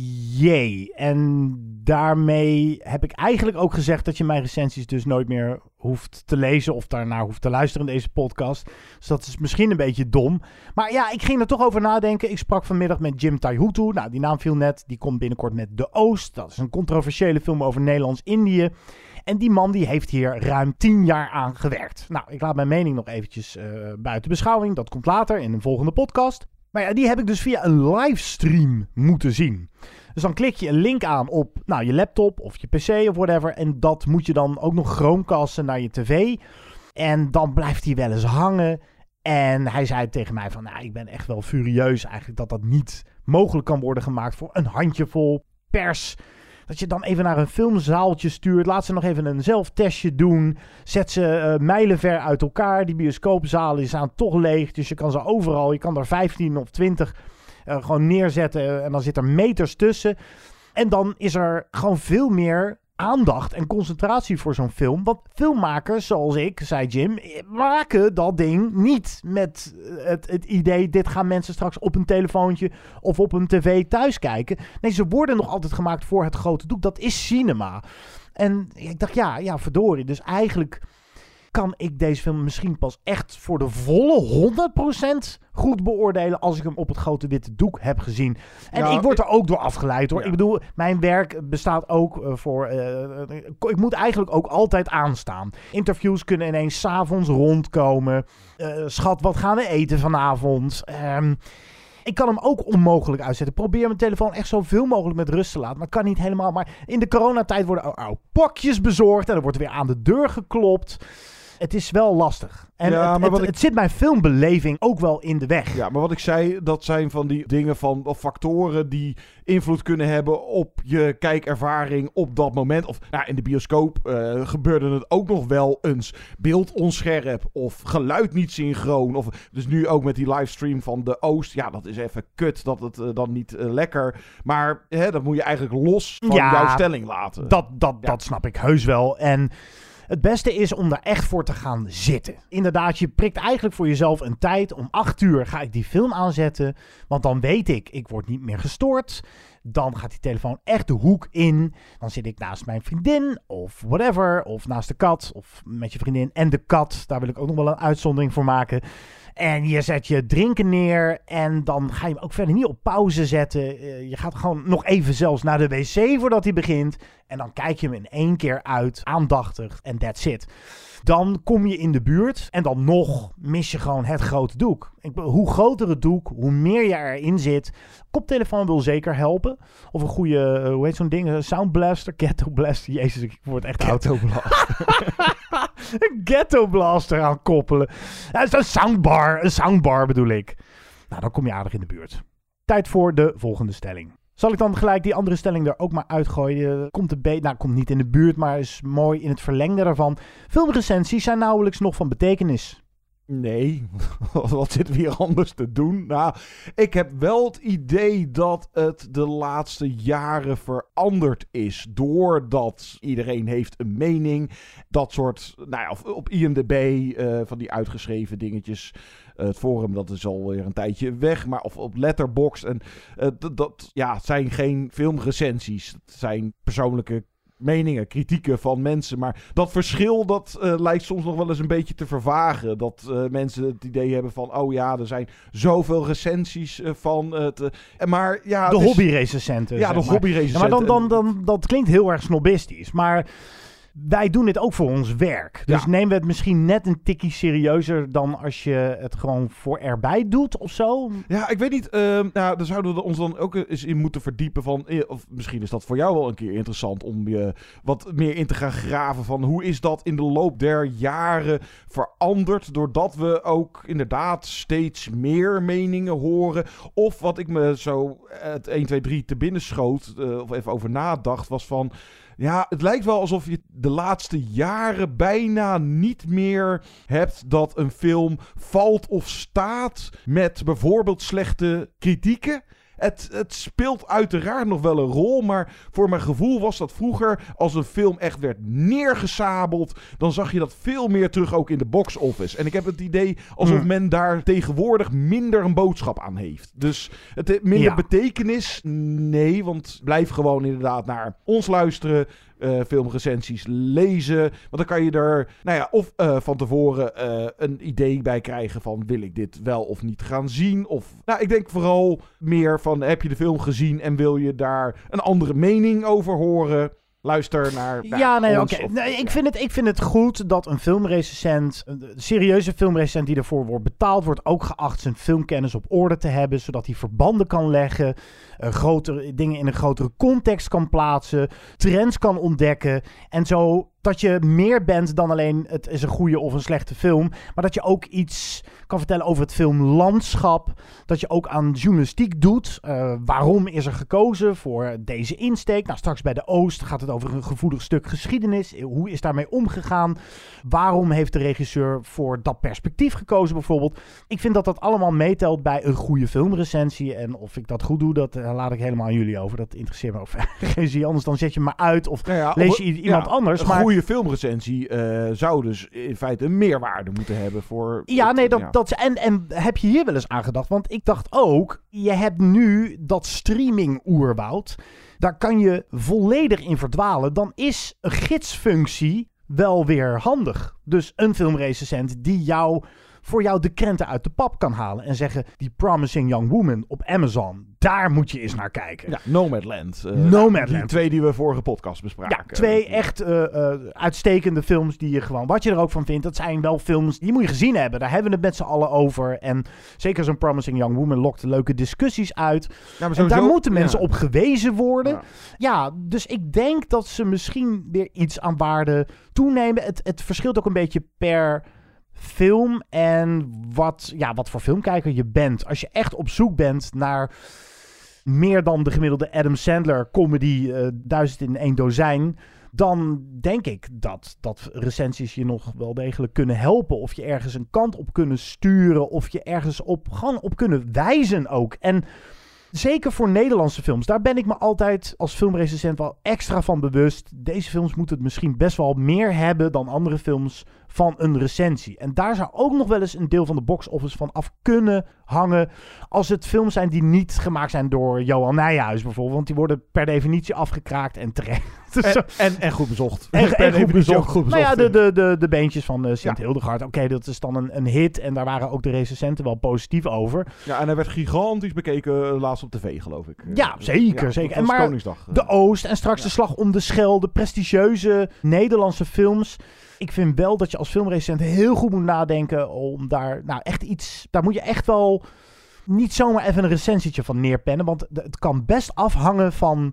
jee. En daarmee heb ik eigenlijk ook gezegd dat je mijn recensies dus nooit meer hoeft te lezen of daarnaar hoeft te luisteren in deze podcast. Dus dat is misschien een beetje dom. Maar ja, ik ging er toch over nadenken. Ik sprak vanmiddag met Jim Taihutu. Nou, die naam viel net. Die komt binnenkort met De Oost. Dat is een controversiële film over Nederlands-Indië. En die man die heeft hier ruim tien jaar aan gewerkt. Nou, ik laat mijn mening nog eventjes uh, buiten beschouwing. Dat komt later in een volgende podcast. Maar ja, die heb ik dus via een livestream moeten zien. Dus dan klik je een link aan op nou, je laptop of je pc of whatever. En dat moet je dan ook nog chromecasten naar je tv. En dan blijft hij wel eens hangen. En hij zei tegen mij van, nou, ik ben echt wel furieus eigenlijk dat dat niet mogelijk kan worden gemaakt voor een handjevol pers. Dat je dan even naar een filmzaaltje stuurt. Laat ze nog even een zelftestje doen. Zet ze uh, mijlenver uit elkaar. Die bioscoopzalen staan toch leeg. Dus je kan ze overal. Je kan er vijftien of twintig uh, gewoon neerzetten. En dan zit er meters tussen. En dan is er gewoon veel meer aandacht en concentratie voor zo'n film. Want filmmakers, zoals ik, zei Jim, maken dat ding niet met het, het idee, dit gaan mensen straks op een telefoontje of op een tv thuis kijken. Nee, ze worden nog altijd gemaakt voor het grote doek. Dat is cinema. En ik dacht, ja, ja, verdorie. Dus eigenlijk kan ik deze film misschien pas echt voor de volle honderd procent goed beoordelen als ik hem op het grote witte doek heb gezien. En ja, ik word er ook door afgeleid hoor. Ja. Ik bedoel, mijn werk bestaat ook uh, voor... Uh, ik moet eigenlijk ook altijd aanstaan. Interviews kunnen ineens 's avonds rondkomen. Uh, schat, wat gaan we eten vanavond? Um, Ik kan hem ook onmogelijk uitzetten. Probeer mijn telefoon echt zoveel mogelijk met rust te laten. Maar kan niet helemaal. Maar in de coronatijd worden er oude pakjes bezorgd. En er wordt weer aan de deur geklopt. Het is wel lastig. En ja, het, maar het, ik... het zit mijn filmbeleving ook wel in de weg. Ja, maar wat ik zei, dat zijn van die dingen van of factoren die invloed kunnen hebben op je kijkervaring op dat moment. Of nou, in de bioscoop uh, gebeurde het ook nog wel eens. Beeld onscherp of geluid niet synchroon. Of, dus nu ook met die livestream van De Oost. Ja, dat is even kut dat het uh, dan niet uh, lekker. Maar hè, dat moet je eigenlijk los van ja, jouw stelling laten. Dat, dat, ja. dat snap ik heus wel. En Het beste is om daar echt voor te gaan zitten. Inderdaad, je prikt eigenlijk voor jezelf een tijd. Om acht uur ga ik die film aanzetten. Want dan weet ik, ik word niet meer gestoord. Dan gaat die telefoon echt de hoek in. Dan zit ik naast mijn vriendin of whatever. Of naast de kat of met je vriendin en de kat. Daar wil ik ook nog wel een uitzondering voor maken. En je zet je drinken neer en dan ga je hem ook verder niet op pauze zetten. Uh, je gaat gewoon nog even zelfs naar de wc voordat hij begint. En dan kijk je hem in één keer uit, aandachtig en that's it. Dan kom je in de buurt en dan nog mis je gewoon het grote doek. Ik, hoe groter het doek, hoe meer je erin zit. Koptelefoon wil zeker helpen. Of een goede, uh, hoe heet zo'n ding? Sound blaster, ghetto blaster. Jezus, ik word echt oud. Ghetto blaster. Een ghetto blaster aan koppelen. Ja, een soundbar, een soundbar bedoel ik. Nou, dan kom je aardig in de buurt. Tijd voor de volgende stelling. Zal ik dan gelijk die andere stelling er ook maar uitgooien? Komt de be- nou, komt niet in de buurt, maar is mooi in het verlengde daarvan. Filmrecensies zijn nauwelijks nog van betekenis. Nee, wat zitten we hier anders te doen? Nou, ik heb wel het idee dat het de laatste jaren veranderd is. Doordat iedereen heeft een mening. Dat soort, nou ja, op I M D B, uh, van die uitgeschreven dingetjes. Uh, het forum, dat is alweer een tijdje weg. Maar of op Letterboxd. En uh, dat, dat ja, zijn geen filmrecensies. Het zijn persoonlijke meningen, kritieken van mensen. Maar dat verschil, dat uh, lijkt soms nog wel eens een beetje te vervagen. Dat uh, mensen het idee hebben van, oh ja, er zijn zoveel recensies uh, van het. Uh, maar ja, de dus, hobbyrecensenten. Ja, de hobbyrecensenten. Ja, maar dan, dan, dan, dat klinkt heel erg snobistisch. Maar wij doen dit ook voor ons werk. Dus ja. nemen we het misschien net een tikkie serieuzer dan als je het gewoon voor erbij doet of zo? Ja, ik weet niet. Uh, nou, daar zouden we ons dan ook eens in moeten verdiepen van, of misschien is dat voor jou wel een keer interessant om je wat meer in te gaan graven van hoe is dat in de loop der jaren veranderd, doordat we ook inderdaad steeds meer meningen horen. Of wat ik me zo het één, twee, drie te binnen schoot, uh, of even over nadacht, was van, ja, het lijkt wel alsof je de laatste jaren bijna niet meer hebt dat een film valt of staat met bijvoorbeeld slechte kritieken. Het, het speelt uiteraard nog wel een rol, maar voor mijn gevoel was dat vroeger, als een film echt werd neergesabeld, dan zag je dat veel meer terug ook in de box office. En ik heb het idee alsof hmm. men daar tegenwoordig minder een boodschap aan heeft. Dus het heeft minder ja. betekenis? Nee, want blijf gewoon inderdaad naar ons luisteren. Uh, filmrecensies lezen. Want dan kan je er, nou ja, of uh, van tevoren uh, een idee bij krijgen van, wil ik dit wel of niet gaan zien? Of, nou, ik denk vooral meer van, heb je de film gezien en wil je daar een andere mening over horen? Luister naar nou, ja, nee, ons. oké. Of, nee, ik, ja. vind het, ik vind het goed dat een filmrecensent, een serieuze filmrecensent die ervoor wordt betaald, wordt ook geacht zijn filmkennis op orde te hebben, zodat hij verbanden kan leggen, uh, grotere dingen in een grotere context kan plaatsen, trends kan ontdekken en zo dat je meer bent dan alleen het is een goede of een slechte film, maar dat je ook iets kan vertellen over het filmlandschap, dat je ook aan journalistiek doet. Uh, waarom is er gekozen voor deze insteek? Nou, straks bij de Oost gaat het over een gevoelig stuk geschiedenis. Hoe is daarmee omgegaan? Waarom heeft de regisseur voor dat perspectief gekozen bijvoorbeeld? Ik vind dat dat allemaal meetelt bij een goede filmrecensie. En of ik dat goed doe, dat uh, laat ik helemaal aan jullie over. Dat interesseert me over geen anders. Dan zet je maar uit of nou ja, lees je i- iemand ja, anders. Een maar goede filmrecensie uh, zou dus in feite een meerwaarde moeten hebben voor... Ja, het, nee, dat, ja. dat en, en heb je hier wel eens aan gedacht? Want ik dacht ook, je hebt nu dat streaming-oerwoud. Daar kan je volledig in verdwalen. Dan is een gidsfunctie wel weer handig. Dus een filmrecensent die jou, voor jou de krenten uit de pap kan halen. En zeggen, die Promising Young Woman op Amazon, daar moet je eens naar kijken. Ja, Nomadland. Uh, Nomadland. Die twee die we vorige podcast bespraken. Ja, twee echt uh, uh, uitstekende films die je gewoon, wat je er ook van vindt, dat zijn wel films, die moet je gezien hebben. Daar hebben we het met z'n allen over. En zeker zo'n Promising Young Woman lokt leuke discussies uit. Ja, maar sowieso, en daar moeten mensen ja. op gewezen worden. Ja. ja, dus ik denk dat ze misschien weer iets aan waarde toenemen. Het, het verschilt ook een beetje per film en wat, ja, wat voor filmkijker je bent. Als je echt op zoek bent naar meer dan de gemiddelde Adam Sandler comedy, uh, duizend in één dozijn, dan denk ik dat, dat recensies je nog wel degelijk kunnen helpen. Of je ergens een kant op kunnen sturen. Of je ergens op, gewoon op kunnen wijzen ook. En Zeker voor Nederlandse films. Daar ben ik me altijd als filmrecensent wel extra van bewust. Deze films moeten het misschien best wel meer hebben dan andere films van een recensie. En daar zou ook nog wel eens een deel van de box office van af kunnen hangen. Als het films zijn die niet gemaakt zijn door Johan Nijhuis bijvoorbeeld. Want die worden per definitie afgekraakt en terecht. En, en, en goed bezocht. En, en goed, bezocht. goed bezocht. Nou ja, de, de, de, de beentjes van uh, Sint Ja. Hildegard. Oké, okay, dat is dan een, een hit. En daar waren ook de recensenten wel positief over. Ja, en hij werd gigantisch bekeken uh, laatst op tv, geloof ik. Ja, zeker. Ja, zeker. En maar Koningsdag. de Oost en straks Ja. de Slag om de Schelde. Prestigieuze Nederlandse films. Ik vind wel dat je als filmrecensent heel goed moet nadenken om daar nou echt iets... Daar moet je echt wel niet zomaar even een recensietje van neerpennen. Want het kan best afhangen van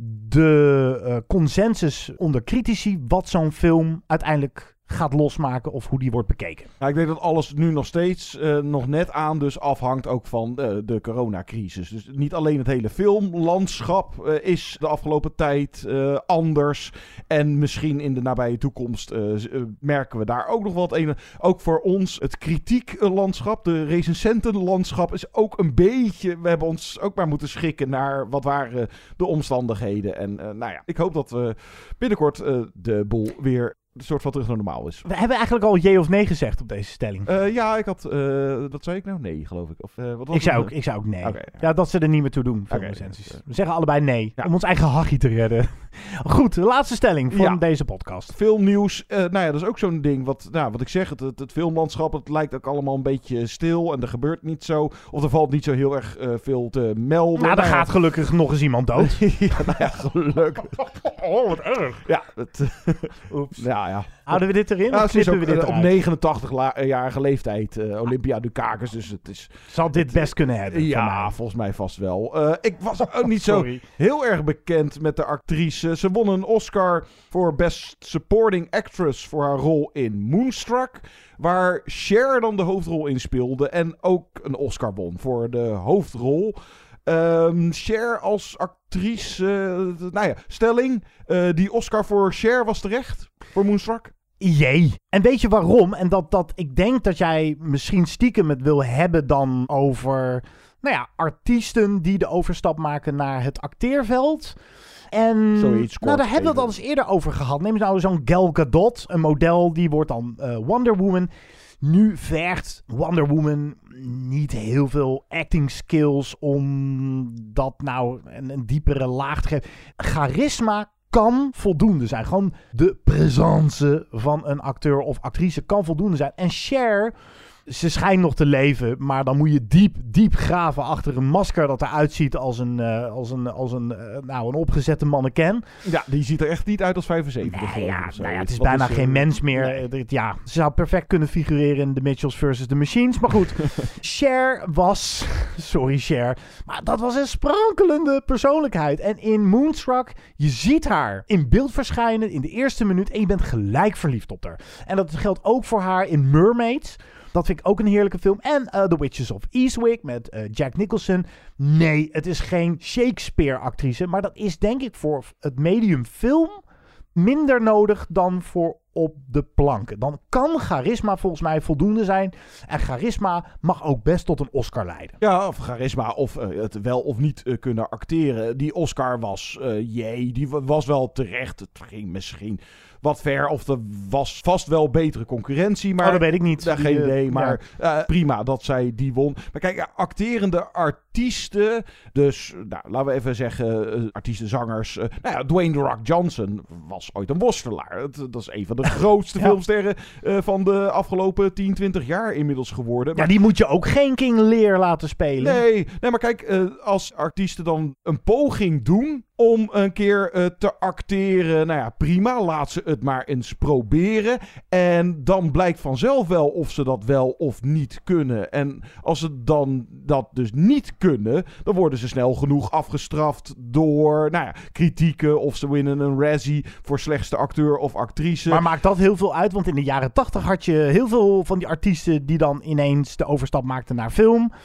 de uh, consensus onder critici wat zo'n film uiteindelijk gaat losmaken of hoe die wordt bekeken. Nou, ik denk dat alles nu nog steeds uh, nog net aan dus afhangt ook van uh, de coronacrisis. Dus niet alleen het hele filmlandschap uh, is de afgelopen tijd uh, anders. En misschien in de nabije toekomst uh, uh, merken we daar ook nog wat een. Ook voor ons het kritieklandschap, de recensentenlandschap is ook een beetje... We hebben ons ook maar moeten schikken naar wat waren de omstandigheden. En uh, nou ja, ik hoop dat we binnenkort uh, de boel weer... een soort van terug naar normaal is. We hebben eigenlijk al jee of nee gezegd op deze stelling. Uh, ja, ik had... Uh, dat zei ik nou? Nee, geloof ik. Of, uh, wat was ik, zou het? ook, ik zou ook nee. Okay, ja. ja, dat ze er niet meer toe doen, filmrecensies. Okay, we zeggen allebei nee, ja. om ons eigen hachie te redden. Goed, de laatste stelling van ja. deze podcast. Filmnieuws. Uh, nou ja, dat is ook zo'n ding. Wat, nou, wat ik zeg, het, het, het filmlandschap, het lijkt ook allemaal een beetje stil. En er gebeurt niet zo. Of er valt niet zo heel erg uh, veel te melden. Nou, er nou, gaat gelukkig nog eens iemand dood. ja, nou ja, gelukkig. Oh, wat erg. Ja, het, oeps. Ja, ja. Houden we dit erin? Ja, of het is ook, we dit uh, op negenentachtig-jarige leeftijd uh, Olympia Dukakis. Dus het is... Zal dit best kunnen hebben? Ja, volgens mij vast wel. Uh, ik was ook niet zo heel erg bekend met de actrice. Ze won een Oscar voor Best Supporting Actress voor haar rol in Moonstruck. Waar Cher dan de hoofdrol in speelde. En ook een Oscar won voor de hoofdrol. Um, Cher als actrice... Uh, nou ja, stelling. Uh, die Oscar voor Cher was terecht. Voor Moonstruck. Jee. En weet je waarom? En dat, dat ik denk dat jij misschien stiekem het wil hebben dan over... Nou ja, artiesten die de overstap maken naar het acteerveld. En Zoiets nou, daar hebben we het al eens eerder over gehad. Neem eens nou zo'n Gal Gadot, een model, die wordt dan uh, Wonder Woman. Nu vergt Wonder Woman niet heel veel acting skills om dat nou een, een diepere laag te geven. Charisma kan voldoende zijn. Gewoon de presence van een acteur of actrice kan voldoende zijn. En Cher... Ze schijnt nog te leven, maar dan moet je diep, diep graven achter een masker dat eruit ziet als een, uh, als een, als een, uh, nou, een opgezette mannequin. Ja, die ziet er echt niet uit als vijfenzeventig. Nee, ja, nou ja, het is Wat bijna is, uh, geen mens meer. Nee. Ja, ze zou perfect kunnen figureren in The Mitchells versus The Machines. Maar goed, Cher was... Sorry Cher. Maar dat was een sprankelende persoonlijkheid. En in Moonstruck, je ziet haar in beeld verschijnen in de eerste minuut en je bent gelijk verliefd op haar. En dat geldt ook voor haar in Mermaids. Dat vind ik ook een heerlijke film. En uh, The Witches of Eastwick met uh, Jack Nicholson. Nee, het is geen Shakespeare-actrice. Maar dat is denk ik voor het medium film minder nodig dan voor op de planken. Dan kan charisma volgens mij voldoende zijn. En charisma mag ook best tot een Oscar leiden. Ja, of charisma of uh, het wel of niet uh, kunnen acteren. Die Oscar was, uh, jee, die was wel terecht. Het ging misschien wat ver of er was vast wel betere concurrentie. Maar oh, dat weet ik niet. Uh, geen idee, maar ja. uh, prima dat zij die won. Maar kijk, ja, acterende artiesten, dus nou, laten we even zeggen, uh, artiesten, zangers. Uh, nou ja, Dwayne The Rock Johnson was ooit een worstelaar. Dat, dat is een van de grootste ja. filmsterren uh, van de afgelopen tien, twintig jaar inmiddels geworden. Maar ja, die moet je ook geen King Lear laten spelen. Nee, nee maar kijk, uh, als artiesten dan een poging doen om een keer uh, te acteren, nou ja, prima, laat ze het maar eens proberen. En dan blijkt vanzelf wel of ze dat wel of niet kunnen. En als ze dan dat dus niet kunnen, dan worden ze snel genoeg afgestraft door, nou ja, kritieken of ze winnen een Razzie voor slechtste acteur of actrice. Maar maakt dat heel veel uit? Want in de jaren tachtig had je heel veel van die artiesten die dan ineens de overstap maakten naar film.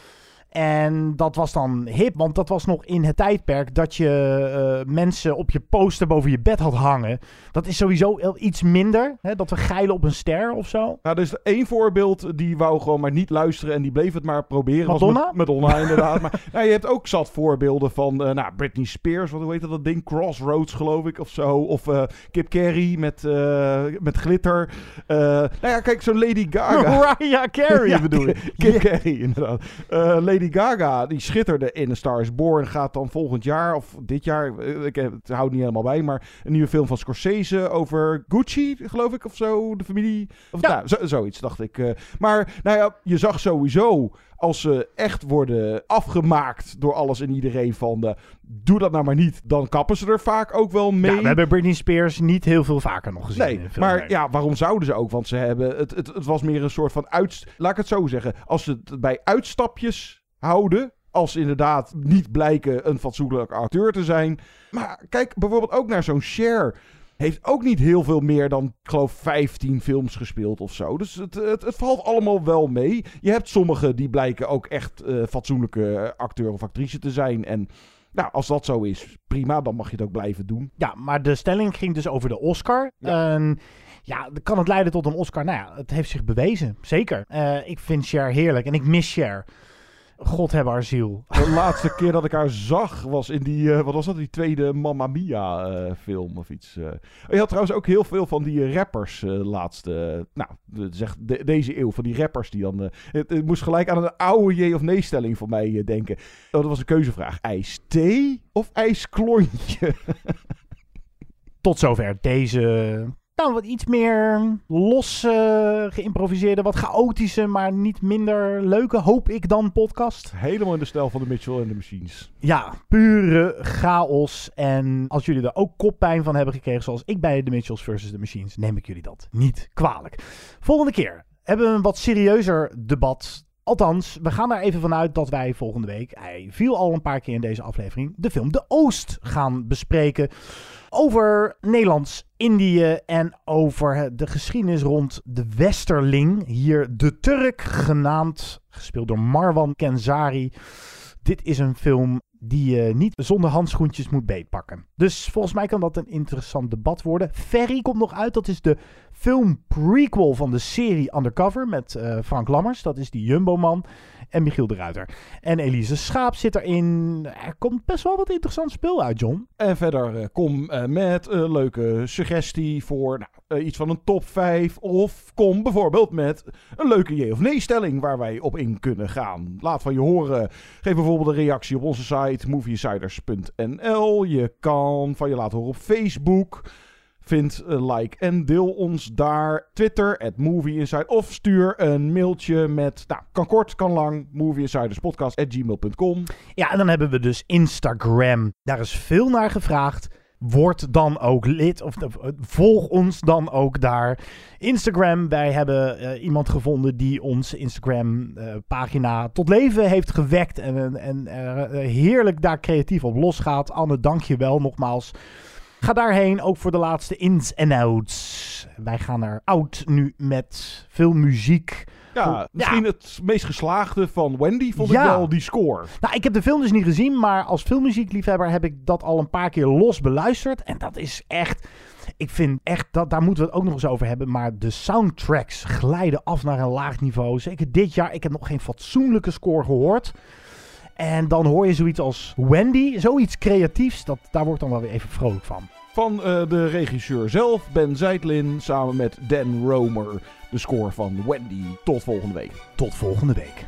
En dat was dan hip, want dat was nog in het tijdperk dat je uh, mensen op je poster boven je bed had hangen. Dat is sowieso iets minder, hè, dat we geilen op een ster of zo. Nou, er is één voorbeeld, die wou gewoon maar niet luisteren en die bleef het maar proberen. Madonna? Was met, Madonna, inderdaad. Maar nou, je hebt ook zat voorbeelden van uh, nou, Britney Spears, wat hoe heet dat, dat ding? Crossroads, geloof ik, of zo. Of uh, Kip Carey met, uh, met glitter. Uh, nou ja, kijk, zo'n Lady Gaga. Mariah Carey ja, bedoel je? Kip yeah. Carey, inderdaad. Uh, Lady Gaga, die schitterde in A Star Is Born, gaat dan volgend jaar, of dit jaar, ik heb, het houdt niet helemaal bij, maar een nieuwe film van Scorsese over Gucci, geloof ik, of zo, de familie. Of, ja. nou, zo, zoiets, dacht ik. Uh, maar, nou ja, je zag sowieso, als ze echt worden afgemaakt door alles en iedereen van de, doe dat nou maar niet, dan kappen ze er vaak ook wel mee. Ja, we hebben Britney Spears niet heel veel vaker nog gezien. Nee, maar ja, waarom zouden ze ook? Want ze hebben, het, het, het was meer een soort van, uit, laat ik het zo zeggen, als ze het bij uitstapjes houden, als inderdaad niet blijken een fatsoenlijk acteur te zijn. Maar kijk bijvoorbeeld ook naar zo'n Cher. Heeft ook niet heel veel meer dan, ik geloof, vijftien films gespeeld of zo. Dus het, het, het valt allemaal wel mee. Je hebt sommigen die blijken ook echt uh, fatsoenlijke acteur of actrice te zijn. En nou, als dat zo is, prima, dan mag je het ook blijven doen. Ja, maar de stelling ging dus over de Oscar. Ja. Uh, ja, kan het leiden tot een Oscar? Nou ja, het heeft zich bewezen. Zeker. Uh, ik vind Cher heerlijk en ik mis Cher. God hebben haar ziel. De laatste keer dat ik haar zag was in die, uh, wat was dat, die tweede Mamma Mia uh, film of iets. Uh. Je had trouwens ook heel veel van die rappers uh, laatste, uh, nou, de, zeg, de, deze eeuw, van die rappers die dan, uh, het, het moest gelijk aan een oude jee of nee stelling voor mij uh, denken. Oh, dat was een keuzevraag. IJsthee of ijsklontje? Tot zover deze... Nou, wat iets meer los uh, geïmproviseerde, wat chaotische, maar niet minder leuke, hoop ik dan, podcast. Helemaal in de stijl van de Mitchell and the Machines. Ja, pure chaos. En als jullie er ook koppijn van hebben gekregen, zoals ik bij de Mitchells versus the Machines, neem ik jullie dat niet kwalijk. Volgende keer hebben we een wat serieuzer debat. Althans, we gaan er even vanuit dat wij volgende week, hij viel al een paar keer in deze aflevering, de film De Oost gaan bespreken. Over Nederlands-Indië en over de geschiedenis rond de Westerling. Hier de Turk genaamd, gespeeld door Marwan Kenzari. Dit is een film die je niet zonder handschoentjes moet beetpakken. Dus volgens mij kan dat een interessant debat worden. Ferry komt nog uit. Dat is de film prequel van de serie Undercover met uh, Frank Lammers. Dat is die Jumbo-man. En Michiel de Ruiter. En Elise Schaap zit erin. Er komt best wel wat interessant spul uit, John. En verder uh, kom uh, met een leuke suggestie voor nou, uh, iets van een top vijf. Of kom bijvoorbeeld met een leuke jee of nee stelling waar wij op in kunnen gaan. Laat van je horen. Geef bijvoorbeeld een reactie op onze site movie insiders punt n l. Je kan van je laten horen op Facebook. Vind, uh, like en deel ons daar. Twitter, at movieinsider. Of stuur een mailtje met, nou, kan kort, kan lang, movieinsiderspodcast at gmail punt com. Ja, en dan hebben we dus Instagram. Daar is veel naar gevraagd. Word dan ook lid, of uh, volg ons dan ook daar. Instagram, wij hebben uh, iemand gevonden die onze Instagram-pagina uh, tot leven heeft gewekt. En, en uh, heerlijk daar creatief op losgaat. Anne, dank je wel nogmaals. Ga daarheen, ook voor de laatste ins en outs. Wij gaan er oud nu met veel muziek. Ja, misschien ja. het meest geslaagde van Wendy vond ja. ik wel die score. Nou, ik heb de film dus niet gezien, maar als filmmuziekliefhebber heb ik dat al een paar keer los beluisterd. En dat is echt... Ik vind echt, dat, daar moeten we het ook nog eens over hebben. Maar de soundtracks glijden af naar een laag niveau. Zeker dit jaar, ik heb nog geen fatsoenlijke score gehoord. En dan hoor je zoiets als Wendy, zoiets creatiefs. Dat, daar word ik dan wel weer even vrolijk van. Van uh, de regisseur zelf, Ben Zeitlin, samen met Dan Romer. De score van Wendy. Tot volgende week. Tot volgende week.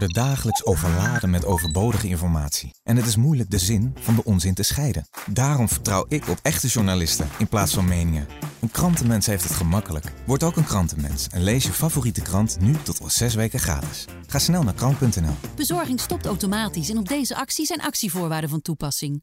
worden dagelijks overladen met overbodige informatie. En het is moeilijk de zin van de onzin te scheiden. Daarom vertrouw ik op echte journalisten in plaats van meningen. Een krantenmens heeft het gemakkelijk. Word ook een krantenmens en lees je favoriete krant nu tot al zes weken gratis. Ga snel naar krant punt n l. Bezorging stopt automatisch en op deze actie zijn actievoorwaarden van toepassing.